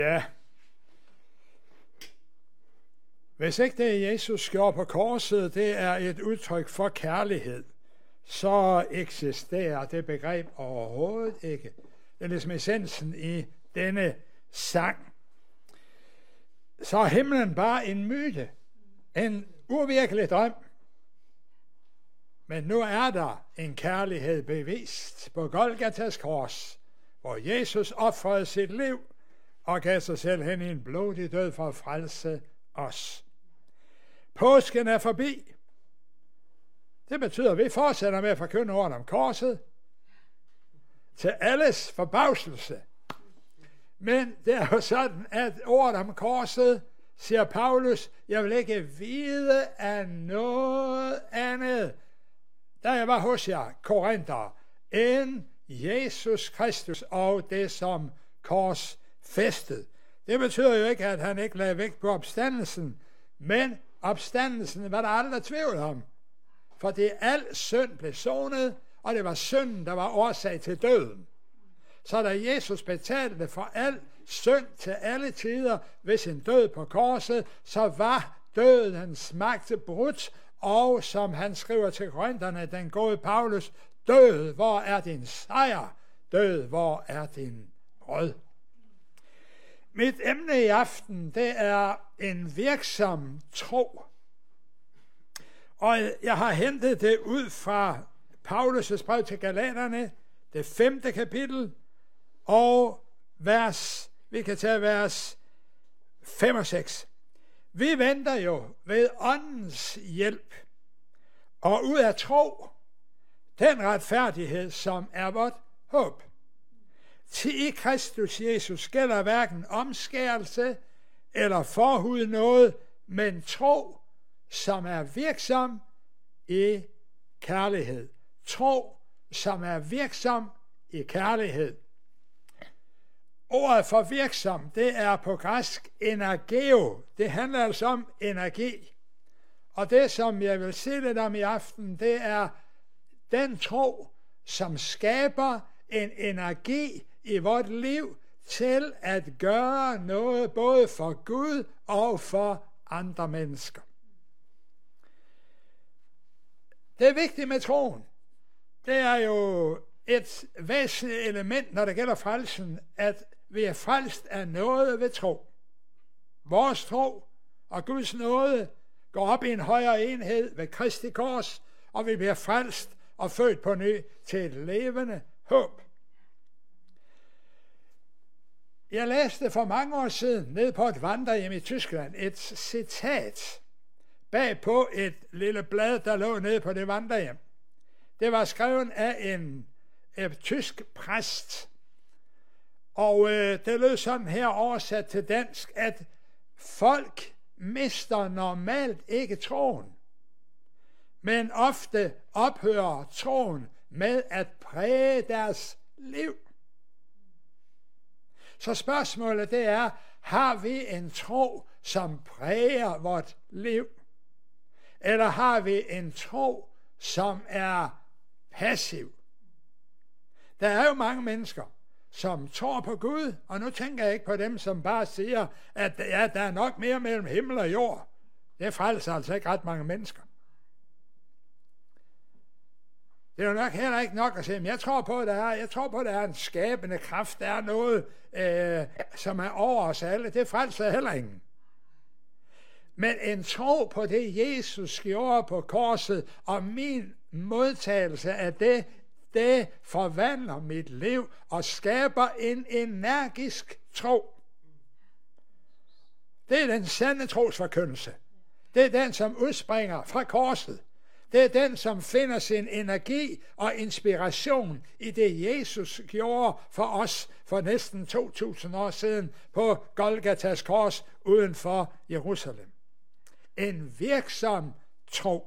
Ja. Hvis ikke det Jesus gjorde på korset, det er et udtryk for kærlighed, så eksisterer det begreb overhovedet ikke. Det er ligesom essensen i denne sang. Så er himlen bare en myte, en uvirkelig drøm. Men nu er der en kærlighed bevist på Golgatas kors, hvor Jesus ofrede sit liv og gav sig selv hen i en blodig død for at frelse os. Påsken er forbi. Det betyder, at vi fortsætter med at forkynde ordet om korset til alles forbavselse. Men det er jo sådan, at ordet om korset, siger Paulus, jeg vil ikke vide af noget andet, da jeg var hos jer, Korinther, end Jesus Kristus og det som kors fæstet. Det betyder jo ikke, at han ikke lagde vægt på opstandelsen, men opstandelsen var der aldrig tvivl om. For det al synd blev sonet, og det var synden, der var årsag til døden. Så da Jesus betalte for al synd til alle tider ved sin død på korset, så var dødens magt brudt, og som han skriver til korinterne, den gode Paulus, død, hvor er din sejr? Død, hvor er din brød? Mit emne i aften, det er en virksom tro. Og jeg har hentet det ud fra Paulus' brev til Galaterne, det 5. kapitel, og vi kan tage vers 5 og 6. Vi venter jo ved åndens hjælp, og ud af tro, den retfærdighed, som er vort håb. Til i Kristus Jesus gælder hverken omskærelse eller forhud noget, men tro, som er virksom i kærlighed. Tro, som er virksom i kærlighed. Ordet for virksom, det er på græsk energeo. Det handler altså om energi. Og det, som jeg vil sige lidt om i aften, det er den tro, som skaber en energi i vort liv til at gøre noget både for Gud og for andre mennesker. Det er vigtigt med troen. Det er jo et væsentligt element, når det gælder frelsen, at vi er frelst af noget ved tro. Vores tro og Guds nåde går op i en højere enhed ved Kristi kors, og vi bliver frelst og født på ny til et levende håb. Jeg læste for mange år siden ned på et vandrehjem i Tyskland et citat bag på et lille blad, der lå nede på det vandrehjem. Det var skrevet af en tysk præst, og det lød sådan her oversat til dansk, at folk mister normalt ikke troen, men ofte ophører troen med at præge deres liv. Så spørgsmålet det er, har vi en tro, som præger vort liv? Eller har vi en tro, som er passiv? Der er jo mange mennesker, som tror på Gud, og nu tænker jeg ikke på dem, som bare siger, at ja, der er nok mere mellem himmel og jord. Det frelser altså ikke ret mange mennesker. Det er jo nok heller ikke nok at sige, men jeg tror på, at der er en skabende kraft, der er noget, som er over os alle. Det frelser heller ingen. Men en tro på det, Jesus gjorde på korset, og min modtagelse af det forvandler mit liv og skaber en energisk tro. Det er den sande trosforkyndelse. Det er den, som udspringer fra korset. Det er den, som finder sin energi og inspiration i det, Jesus gjorde for os for næsten 2000 år siden på Golgatas kors uden for Jerusalem. En virksom tro.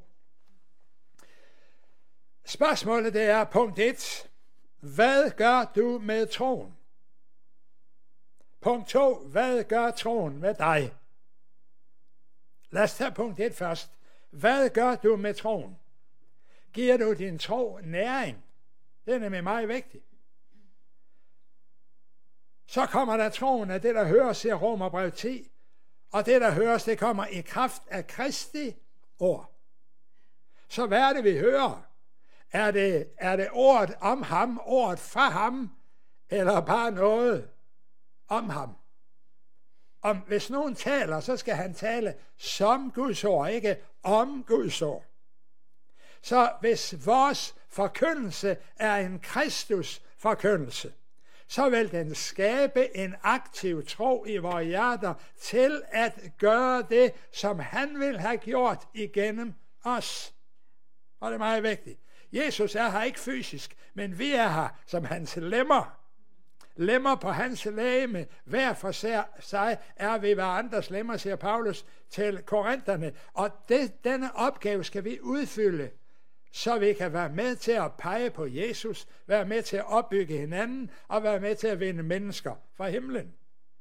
Spørgsmålet det er punkt 1. Hvad gør du med troen? Punkt 2. Hvad gør troen med dig? Lad os tage punkt 1 først. Hvad gør du med troen? Giver du din tro næring? Det er nemlig meget vigtigt. så kommer der troen af det, der høres i Romerbrev 10, og det, der høres, det kommer i kraft af Kristi ord. Så hvad er det, vi hører? Er det ordet om ham, ordet fra ham, eller bare noget om ham? Hvis nogen taler, så skal han tale som Guds ord, ikke om Guds ord. Så hvis vores forkyndelse er en Kristus forkyndelse, så vil den skabe en aktiv tro i vores hjerter til at gøre det, som han vil have gjort igennem os. Og det er meget vigtigt. Jesus er her ikke fysisk, men vi er her som hans lemmer. Lemmer på hans legeme, hver for sig er vi hverandres lemmer, siger Paulus til korinterne. Og denne opgave skal vi udfylde, så vi kan være med til at pege på Jesus, være med til at opbygge hinanden, og være med til at vinde mennesker fra himlen.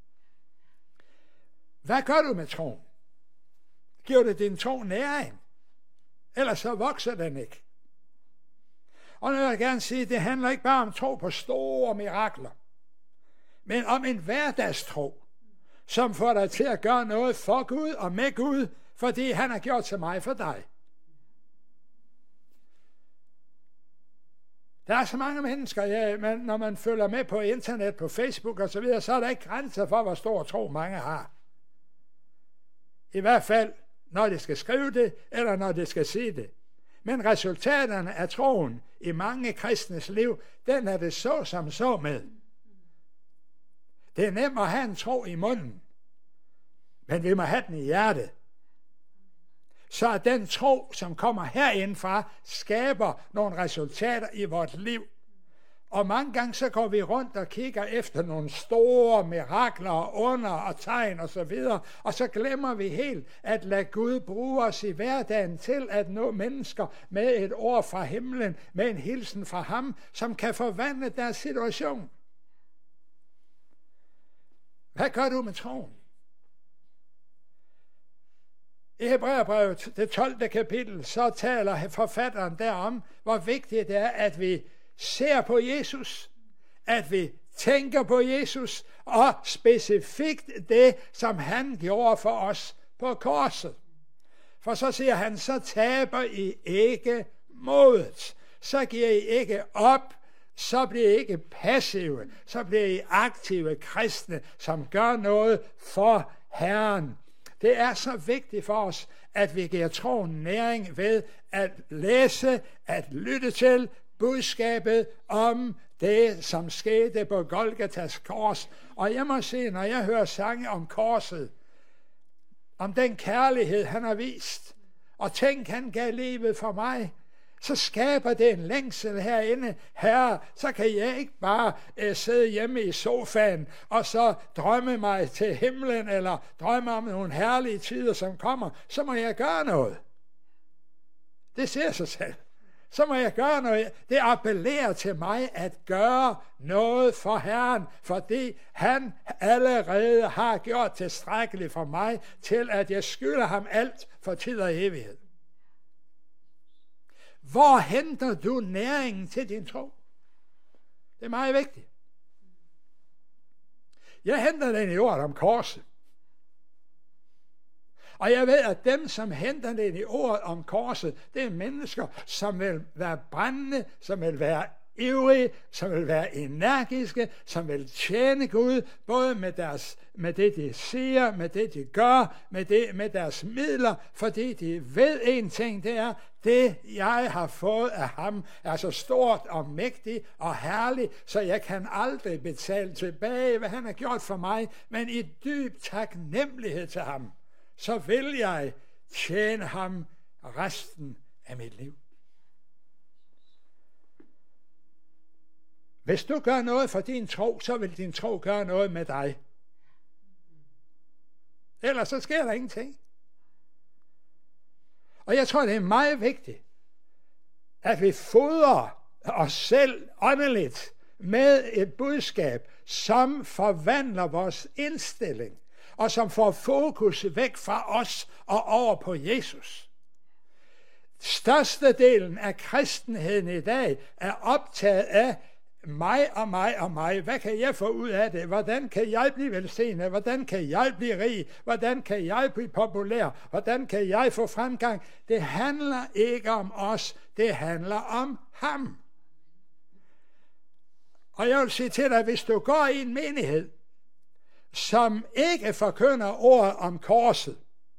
Hvad gør du med troen? Giver det din tro næring? Ellers så vokser den ikke. Og nu vil jeg gerne sige, at det handler ikke bare om tro på store mirakler, men om en hverdagstro, som får dig til at gøre noget for Gud og med Gud, fordi han har gjort så meget for dig. Der er så mange mennesker, når man følger med på internet, på Facebook og så videre, så er der ikke grænser for, hvor stor tro mange har. I hvert fald, når de skal skrive det, eller når de skal sige det. Men resultaterne af troen i mange kristnes liv, den er det så med. Det er nemt at have en tro i munden, men vi må have den i hjertet. Så at den tro, som kommer herindfra, skaber nogle resultater i vores liv. Og mange gange så går vi rundt og kigger efter nogle store mirakler og under og tegn og så videre, og så glemmer vi helt at lade Gud bruge os i hverdagen til at nå mennesker med et ord fra himlen, med en hilsen fra ham, som kan forvandle deres situation. Hvad gør du med troen? I Hebræerbrevet, det 12. kapitel, så taler forfatteren derom, hvor vigtigt det er, at vi ser på Jesus, at vi tænker på Jesus, og specifikt det, som han gjorde for os på korset. For så siger han, så taber I ikke modet, så giver I ikke op, så bliver I ikke passive, så bliver I aktive kristne, som gør noget for Herren. Det er så vigtigt for os, at vi giver troen næring ved at læse, at lytte til budskabet om det, som skete på Golgatas kors. Og jeg må sige, når jeg hører sange om korset, om den kærlighed, han har vist, og tænk, han gav livet for mig, så skaber det en længsel herinde. Herre, så kan jeg ikke bare sidde hjemme i sofaen, og så drømme mig til himlen, eller drømme om nogle herlige tider, som kommer. Så må jeg gøre noget. Det siger sig selv. Så må jeg gøre noget. Det appellerer til mig at gøre noget for Herren, fordi han allerede har gjort tilstrækkeligt for mig, til at jeg skylder ham alt for tid og evighed. Hvor henter du næringen til din tro? Det er meget vigtigt. Jeg henter den i ordet om korset. Og jeg ved, at dem, som henter den i ordet om korset, det er mennesker, som vil være brændende, som vil være ivrige, som vil være energiske, som vil tjene Gud, både med det, de siger, med det, de gør, med deres midler, fordi de ved en ting, det er, det, jeg har fået af ham, er så stort og mægtigt og herligt, så jeg kan aldrig betale tilbage, hvad han har gjort for mig, men i dyb taknemmelighed til ham, så vil jeg tjene ham resten af mit liv. Hvis du gør noget for din tro, så vil din tro gøre noget med dig. Ellers så sker der ingenting. Og jeg tror, det er meget vigtigt, at vi fodrer os selv åndeligt med et budskab, som forvandler vores indstilling, og som får fokus væk fra os og over på Jesus. Størstedelen af kristenheden i dag er optaget af mig og mig og mig. Hvad kan jeg få ud af det? Hvordan kan jeg blive velsignet? Hvordan kan jeg blive rig? Hvordan kan jeg blive populær? Hvordan kan jeg få fremgang? Det handler ikke om os. Det handler om ham. Og jeg vil sige til dig, hvis du går i en menighed, som ikke forkynder ordet om korset,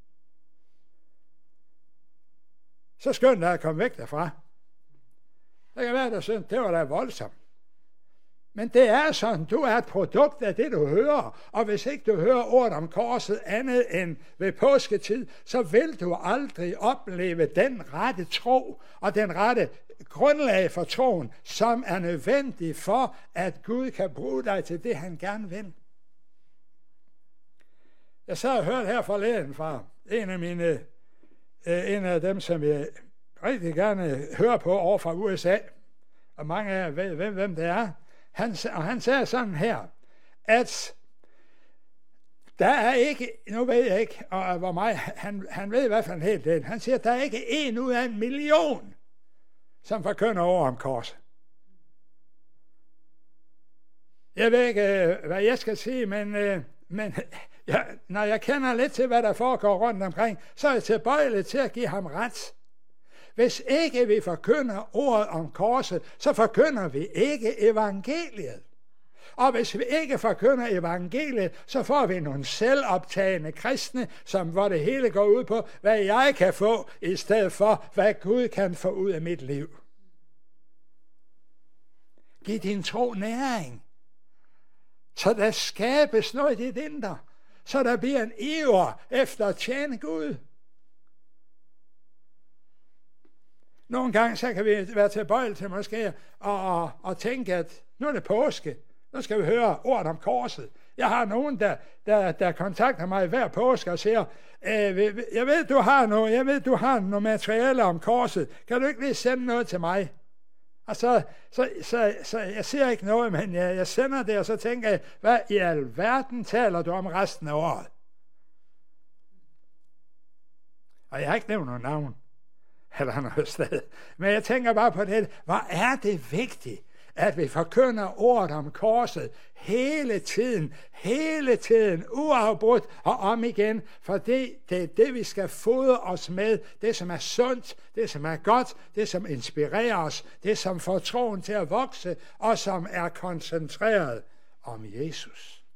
så skynd dig at komme væk derfra. Det kan være, at du synes, det var da voldsomt. Men det er sådan, du er et produkt af det, du hører. Og hvis ikke du hører ordet om korset andet end ved påsketid, så vil du aldrig opleve den rette tro og den rette grundlag for troen, som er nødvendig for, at Gud kan bruge dig til det, han gerne vil. Jeg sad og hørte her forleden fra en af dem, som jeg rigtig gerne hører på over fra USA, og mange af jer ved, hvem det er. Han sagde sådan her, at der er ikke, nu ved jeg ikke, og hvor meget, han ved i hvert fald helt det, han siger, at der er ikke 1 ud af 1 million, som forkynder over om korset. Jeg ved ikke, hvad jeg skal sige, men når jeg kender lidt til, hvad der foregår rundt omkring, så er jeg tilbøjelig til at give ham ret. Hvis ikke vi forkynder ordet om korset, så forkynder vi ikke evangeliet. Og hvis vi ikke forkynder evangeliet, så får vi nogle selvoptagende kristne, hvor det hele går ud på, hvad jeg kan få, i stedet for, hvad Gud kan få ud af mit liv. Giv din tro næring, så der skabes noget i dit indre, så der bliver en iver efter at tjene Gud. Nogle gange så kan vi være tilbøjelige til måske og tænke, at nu er det påske. Nu skal vi høre ordet om korset. Jeg har nogen, der kontakter mig hver påske og siger, jeg ved, du har noget materiale om korset. Kan du ikke lige sende noget til mig? Og så jeg siger ikke noget, men jeg sender det, og så tænker jeg, hvad i alverden taler du om resten af året? Og jeg har ikke nævnt nogen navn eller noget sted. Men jeg tænker bare på det. Hvor er det vigtigt, at vi forkynder ordet om korset hele tiden, uafbrudt og om igen, for det er det, vi skal fodre os med, det som er sundt, det som er godt, det som inspirerer os, det som får troen til at vokse, og som er koncentreret om Jesus.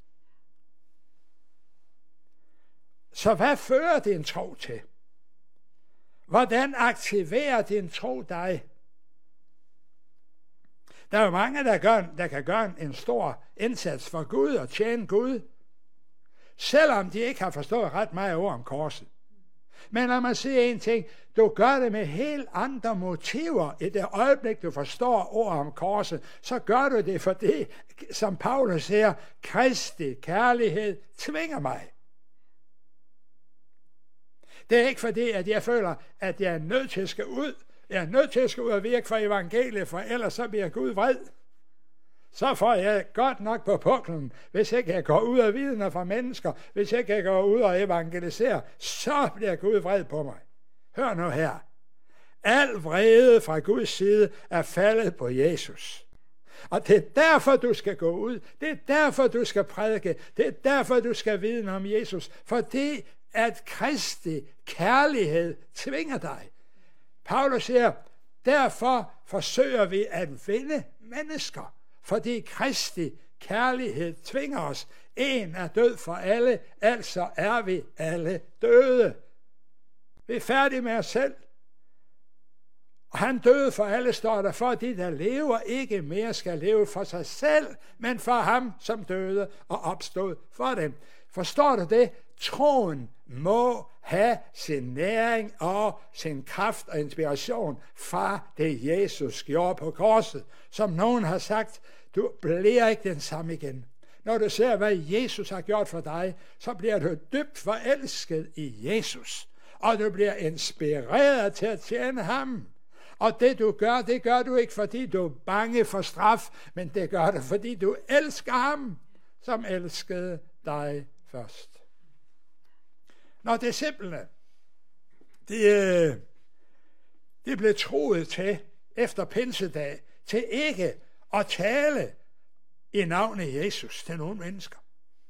Så hvad fører din tro til? Hvordan aktiverer din tro dig? Der er jo mange, der kan gøre en stor indsats for Gud og tjene Gud, selvom de ikke har forstået ret meget ord om korset. Men når man siger en ting, du gør det med helt andre motiver i det øjeblik, du forstår ord om korset, så gør du det, fordi, som Paulus siger, Kristi kærlighed tvinger mig. Det er ikke fordi, at jeg føler, at jeg er nødt til at skal ud. Jeg er nødt til at skal ud og virke for evangeliet, for ellers så bliver Gud vred. Så får jeg godt nok på puklen, hvis ikke jeg går ud og vidner for mennesker, hvis ikke jeg går ud og evangeliserer, så bliver Gud vred på mig. Hør nu her. Al vrede fra Guds side er faldet på Jesus. Og det er derfor, du skal gå ud. Det er derfor, du skal prædike. Det er derfor, du skal vidne om Jesus. Fordi at Kristi kærlighed tvinger dig. Paulus siger, derfor forsøger vi at vinde mennesker, fordi Kristi kærlighed tvinger os. En er død for alle, altså er vi alle døde. Vi er færdige med os selv. Og han døde for alle, står der, for de, der lever, ikke mere skal leve for sig selv, men for ham, som døde og opstod for dem. Forstår du det? Troen må have sin næring og sin kraft og inspiration fra det, Jesus gjorde på korset. Som nogen har sagt, du bliver ikke den samme igen. Når du ser, hvad Jesus har gjort for dig, så bliver du dybt forelsket i Jesus. Og du bliver inspireret til at tjene ham. Og det du gør, det gør du ikke, fordi du er bange for straf, men det gør du, fordi du elsker ham, som elskede dig først. Når disciplene, de blev troet til, efter pinsedag, til ikke at tale i navnet Jesus til nogle mennesker.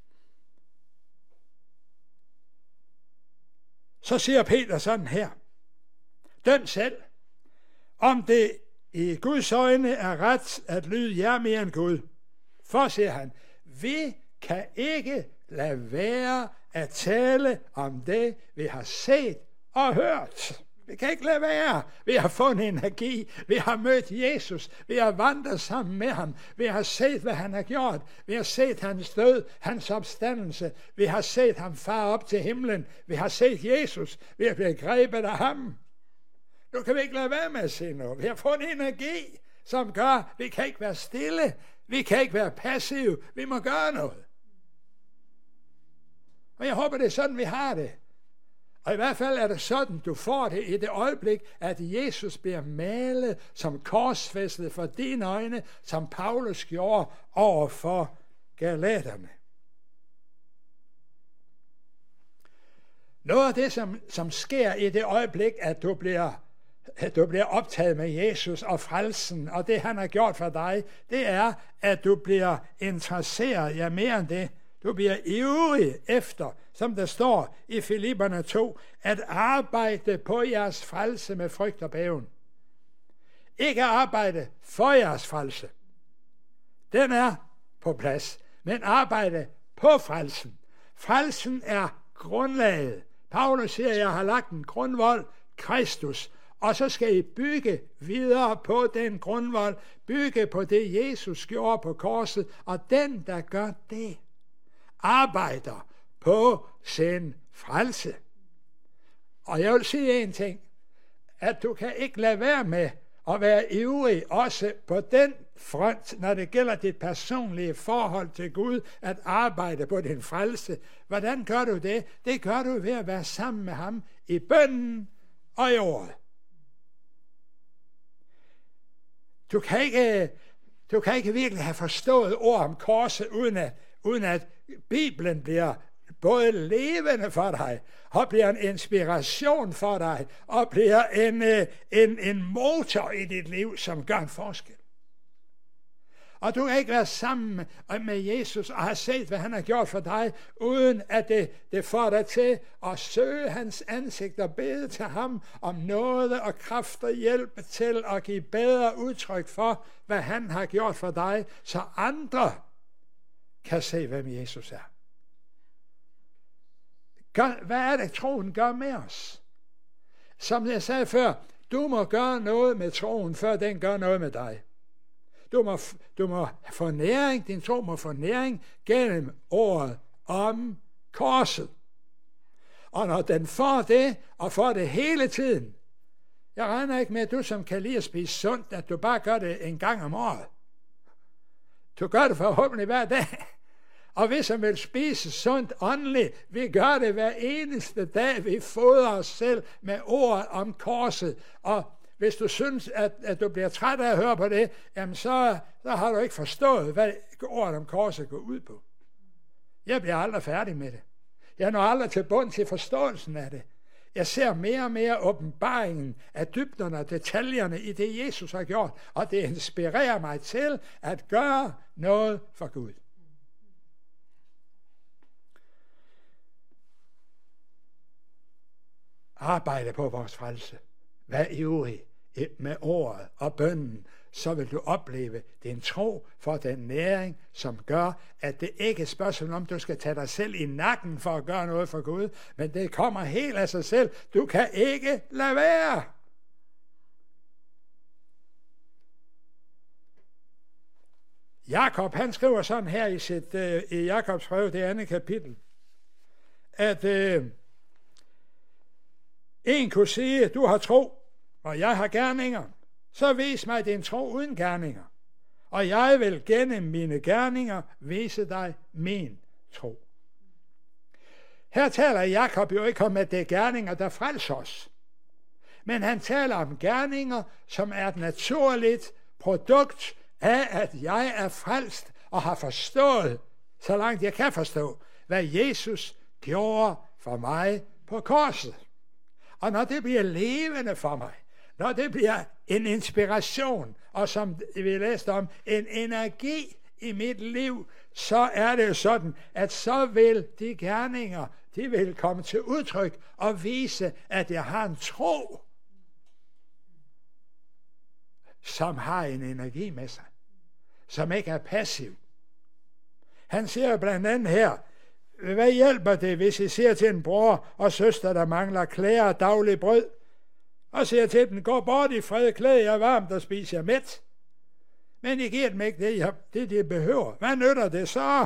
Så siger Peter sådan her: døm selv, om det i Guds øjne er ret at lyde jer mere end Gud. For, siger han, vi kan ikke lade være at tale om det, vi har set og hørt. Vi kan ikke lade være. Vi har fundet energi. Vi har mødt Jesus. Vi har vandret sammen med ham. Vi har set, hvad han har gjort. Vi har set hans død, hans opstandelse. Vi har set ham fare op til himlen. Vi har set Jesus. Vi har blevet grebet af ham. Nu kan vi ikke lade være med at se noget. Vi har fundet energi, som gør, at vi kan ikke være stille. Vi kan ikke være passive. Vi må gøre noget. Og jeg håber, det er sådan, vi har det. Og i hvert fald er det sådan, du får det i det øjeblik, at Jesus bliver malet som korsfæstet for dine øjne, som Paulus gjorde over for galaterne. Noget af det, som sker i det øjeblik, at du bliver optaget med Jesus og frelsen, og det han har gjort for dig, det er, at du bliver interesseret, ja mere end det, du bliver ivrig efter, som der står i Filipperne 2, at arbejde på jeres frelse med frygt og bæven. Ikke arbejde for jeres frelse. Den er på plads, men arbejde på frelsen. Frelsen er grundlaget. Paulus siger, at jeg har lagt en grundvold, Kristus, og så skal I bygge videre på den grundvold, bygge på det, Jesus gjorde på korset, og den, der gør det, arbejder på sin frelse. Og jeg vil sige en ting, at du kan ikke lade være med at være ivrig også på den front, når det gælder dit personlige forhold til Gud, at arbejde på din frelse. Hvordan gør du det? Det gør du ved at være sammen med ham i bønnen og i ordet. Du kan ikke virkelig have forstået ord om korset, uden at Bibelen bliver både levende for dig, og bliver en inspiration for dig, og bliver en motor i dit liv, som gør en forskel. Og du kan ikke være sammen med Jesus og have set, hvad han har gjort for dig, uden at det får dig til at søge hans ansigt og bede til ham om noget og kraft og hjælp til at give bedre udtryk for, hvad han har gjort for dig, så andre kan se, hvem Jesus er. Hvad er det, troen gør med os? Som jeg sagde før, du må gøre noget med troen, før den gør noget med dig. Du må få næring, din tro må få næring gennem ordet om korset. Og når den får det, og får det hele tiden, jeg regner ikke med, at du som kan lide at spise sundt, at du bare gør det en gang om året. Du gør det forhåbentlig hver dag. Og hvis man vil spise sundt åndeligt, vi gør det hver eneste dag, vi fodrer os selv med ordet om korset. Og hvis du synes, at du bliver træt af at høre på det, jamen så har du ikke forstået, hvad ordet om korset går ud på. Jeg bliver aldrig færdig med det. Jeg når aldrig til bund til forståelsen af det. Jeg ser mere og mere åbenbaringen af dybderne og detaljerne i det, Jesus har gjort, og det inspirerer mig til at gøre noget for Gud. Arbejde på vores frelse. Vær ivrig med ordet og bønnen, så vil du opleve din tro for den næring, som gør, at det ikke er spørgsmål om, du skal tage dig selv i nakken for at gøre noget for Gud, men det kommer helt af sig selv. Du kan ikke lade være. Jakob, han skriver sådan her i Jakobs brev, det andet kapitel, at en kunne sige, du har tro, og jeg har gerninger, så vis mig din tro uden gerninger, og jeg vil gennem mine gerninger vise dig min tro. Her taler Jakob jo ikke om, at det er gerninger, der frelser os, men han taler om gerninger, som er et naturligt produkt af, at jeg er frelst og har forstået, så langt jeg kan forstå, hvad Jesus gjorde for mig på korset. Og når det bliver levende for mig, når det bliver en inspiration, og som vi læste om, en energi i mit liv, så er det jo sådan, at så vil de gerninger, de vil komme til udtryk og vise, at jeg har en tro, som har en energi med sig, som ikke er passiv. Han siger blandt andet her, hvad hjælper det, hvis I siger til en bror og søster, der mangler klæder og daglig brød, og siger til dem, gå bort i fred, klæd jer varmt og spis jer mæt. Men I giver dem ikke det de behøver. Hvad nytter det så?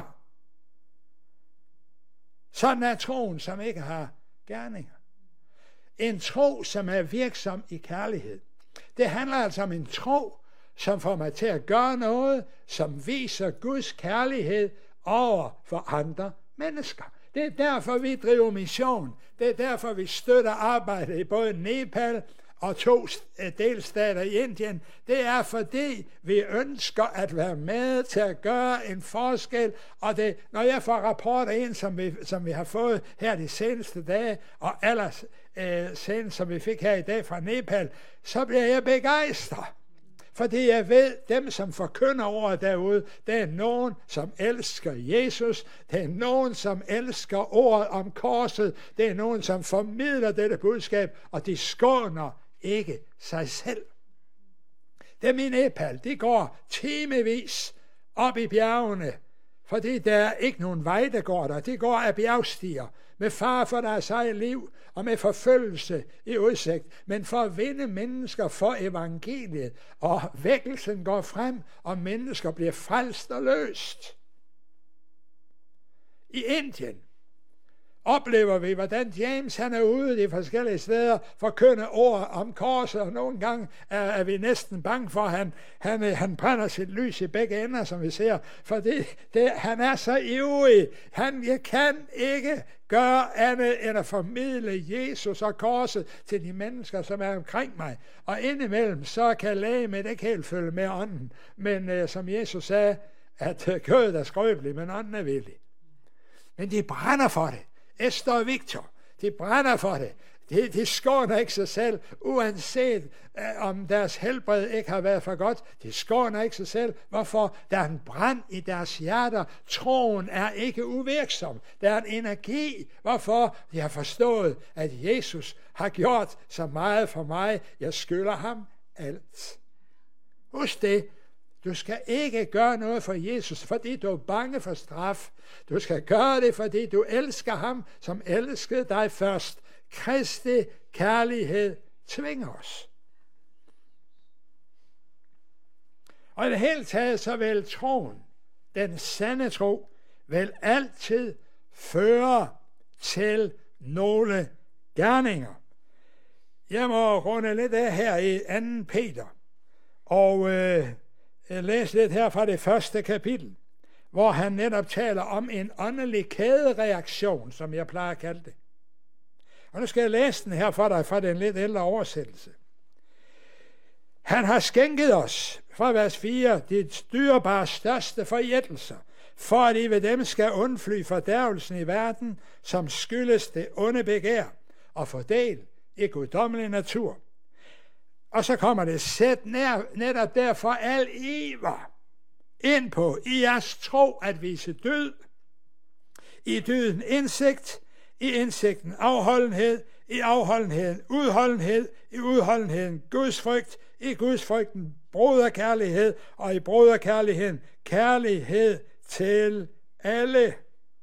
Sådan er troen, som ikke har gerninger. En tro, som er virksom i kærlighed. Det handler altså om en tro, som får mig til at gøre noget, som viser Guds kærlighed over for andre mennesker. Det er derfor, vi driver mission. Det er derfor, vi støtter arbejdet i både Nepal og 2 delstater i Indien. Det er fordi, vi ønsker at være med til at gøre en forskel. Og det, når jeg får rapporter ind, som vi har fået her de seneste dage, og ellers senest, som vi fik her i dag fra Nepal, så bliver jeg begejstret. Fordi jeg ved, dem som forkynder ordet derude, det er nogen, som elsker Jesus. Det er nogen, som elsker ordet om korset. Det er nogen, som formidler dette budskab, og de skåner ikke sig selv. Dem i Nepal, de går timevis op i bjergene, fordi der er ikke nogen vej, der går der. De går af bjergstiger med far for deres eget liv og med forfølgelse i udsigt, men for at vinde mennesker for evangeliet, og vækkelsen går frem, og mennesker bliver frelst og løst. I Indien oplever vi, hvordan James han er ude de forskellige steder forkynde ord om korset, og nogle gange er vi næsten bange for, at han brænder sit lys i begge ender, som vi ser, fordi han er så ivrig. Han kan ikke gøre andet end at formidle Jesus og korset til de mennesker, som er omkring mig. Og indimellem så kan lægemet ikke helt følge med ånden, men som Jesus sagde, at kødet er skrøbeligt, men ånden er villig. Men de brænder for det. Esther og Victor, de brænder for det. De skåner ikke sig selv, uanset om deres helbred ikke har været for godt. De skåner ikke sig selv. Hvorfor? Der er en brand i deres hjerter. Troen er ikke uvirksom. Der er en energi. Hvorfor? De har forstået, at Jesus har gjort så meget for mig. Jeg skylder ham alt. Husk det. Du skal ikke gøre noget for Jesus, fordi du er bange for straf. Du skal gøre det, fordi du elsker ham, som elskede dig først. Kristi kærlighed tvinger os. Og i det hele taget, så vil troen, den sande tro, vil altid føre til nogle gerninger. Jeg må runde lidt af her i 2. Peter, og jeg læser lidt her fra det 1. kapitel, hvor han netop taler om en åndelig kædereaktion, som jeg plejer at kalde det. Og nu skal jeg læse den her for dig fra den lidt ældre oversættelse. Han har skænket os, fra vers 4, de dyrebare største forjættelser, for at I ved dem skal undfly fordærvelsen i verden, som skyldes det onde begær, og få del i guddommelig natur. Og så kommer det, sæt netop derfor al iver ind på i jeres tro at vise dyd, i dyden indsigt, i indsigten afholdenhed, i afholdenheden udholdenhed, i udholdenheden gudsfrygt, i gudsfrygten broderkærlighed, og i broderkærligheden kærlighed til alle.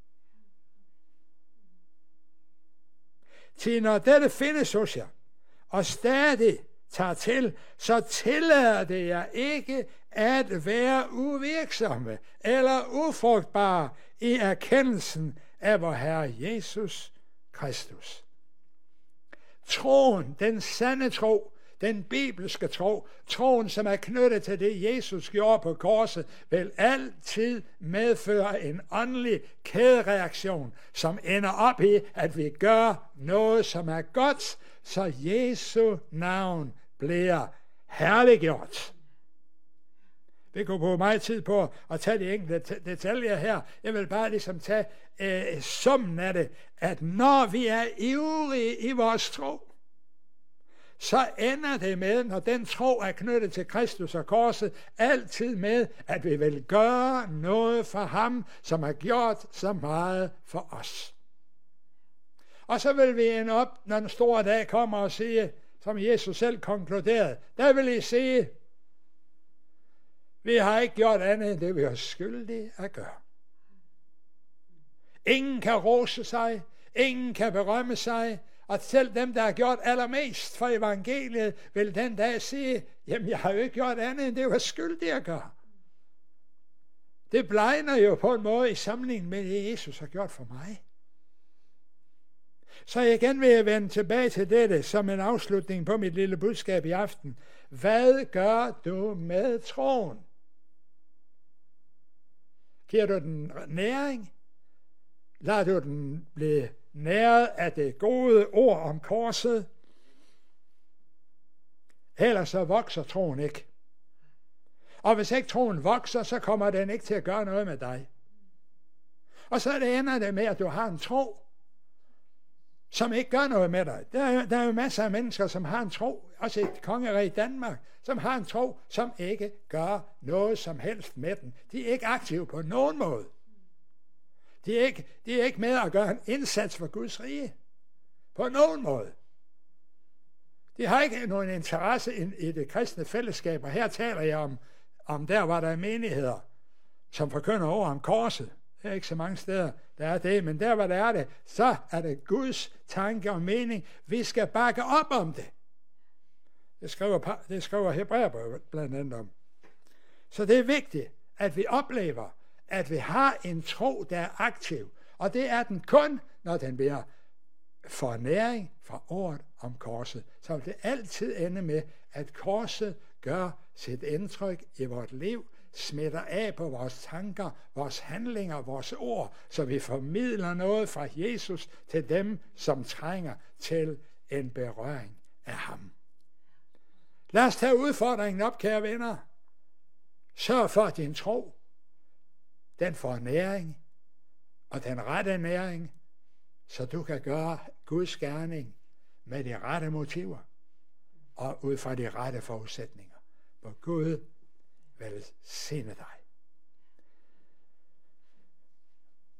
Til når dette findes hos jer, og stadig tager til, så tillader det jer ikke at være uvirksomme eller ufrugtbare i erkendelsen af vor Herre Jesus Kristus. Troen, den sande tro, den bibelske tro, troen, som er knyttet til det, Jesus gjorde på korset, vil altid medføre en åndelig kædereaktion, som ender op i, at vi gør noget, som er godt, så Jesu navn bliver herliggjort. Vi kunne bruge meget tid på at tage de enkelte detaljer her. Jeg vil bare ligesom tage summen af det, at når vi er ivrige i vores tro, så ender det med, når den tro er knyttet til Kristus og korset, altid med, at vi vil gøre noget for ham, som har gjort så meget for os. Og så vil vi ende op, når den store dag kommer og sige, som Jesus selv konkluderede, der vil I sige, vi har ikke gjort andet end det, vi er skyldige at gøre. Ingen kan rose sig, ingen kan berømme sig, og selv dem, der har gjort allermest for evangeliet, vil den dag sige, jamen jeg har jo ikke gjort andet end det, jeg var skyldig at gøre. Det blegner jo på en måde i sammenligning med det, Jesus har gjort for mig. Så igen vil jeg vende tilbage til dette som en afslutning på mit lille budskab i aften. Hvad gør du med troen? Giver du den næring? Lader du den blive næret af det gode ord om korset? Ellers så vokser troen ikke. Og hvis ikke troen vokser, så kommer den ikke til at gøre noget med dig. Og så ender det med, at du har en tro, som ikke gør noget med dig. Der er jo masser af mennesker, som har en tro, også et kongerige i Danmark, som har en tro, som ikke gør noget som helst med den. De er ikke aktive på nogen måde. De er ikke med at gøre en indsats for Guds rige. På nogen måde. De har ikke nogen interesse i det kristne fællesskab, og her taler jeg om der, hvor der er menigheder, som forkynder over om korset. Det er ikke så mange steder, der er det, men der, hvor der er det, så er det Guds tanke og mening. Vi skal bakke op om det. Det skriver Hebræerbrevet blandt andet om. Så det er vigtigt, at vi oplever, at vi har en tro, der er aktiv. Og det er den kun, når den bliver fornæring fra ordet om korset. Så vil det altid ende med, at korset gør sit indtryk i vores liv, smitter af på vores tanker, vores handlinger, vores ord, så vi formidler noget fra Jesus til dem, som trænger til en berøring af ham. Lad os tage udfordringen op, kære venner. Sørg for, at din tro, den får næring, og den rette næring, så du kan gøre Guds gerning med de rette motiver, og ud fra de rette forudsætninger. Hvor Gud velsigne dig.